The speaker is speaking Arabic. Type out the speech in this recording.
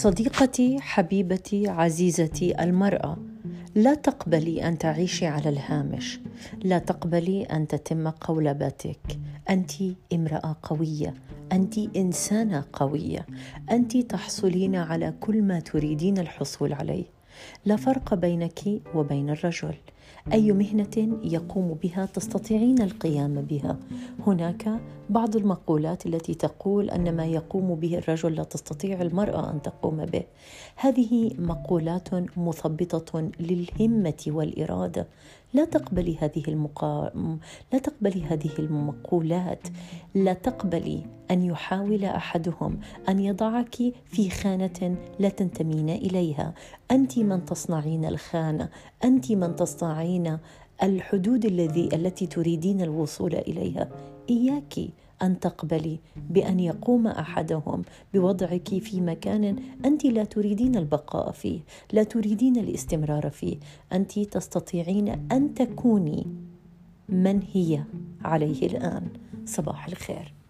صديقتي، حبيبتي، عزيزتي المرأة، لا تقبلي أن تعيشي على الهامش، لا تقبلي أن تتم قولبتك. أنت امرأة قوية، أنت إنسانة قوية، أنت تحصلين على كل ما تريدين الحصول عليه. لا فرق بينك وبين الرجل، أي مهنة يقوم بها تستطيعين القيام بها. هناك بعض المقولات التي تقول أن ما يقوم به الرجل لا تستطيع المرأة أن تقوم به. هذه مقولات مثبطة للهمة والإرادة. لا تقبلي لا تقبلي هذه المقولات. لا تقبلي أن يحاول أحدهم أن يضعك في خانة لا تنتمين إليها. أنت من تصنعين الخانة، أنت من تصنعين الحدود التي تريدين الوصول إليها. إياك أن تقبلي بأن يقوم أحدهم بوضعك في مكان أنت لا تريدين البقاء فيه، لا تريدين الاستمرار فيه. أنت تستطيعين أن تكوني من هي عليه الآن. صباح الخير.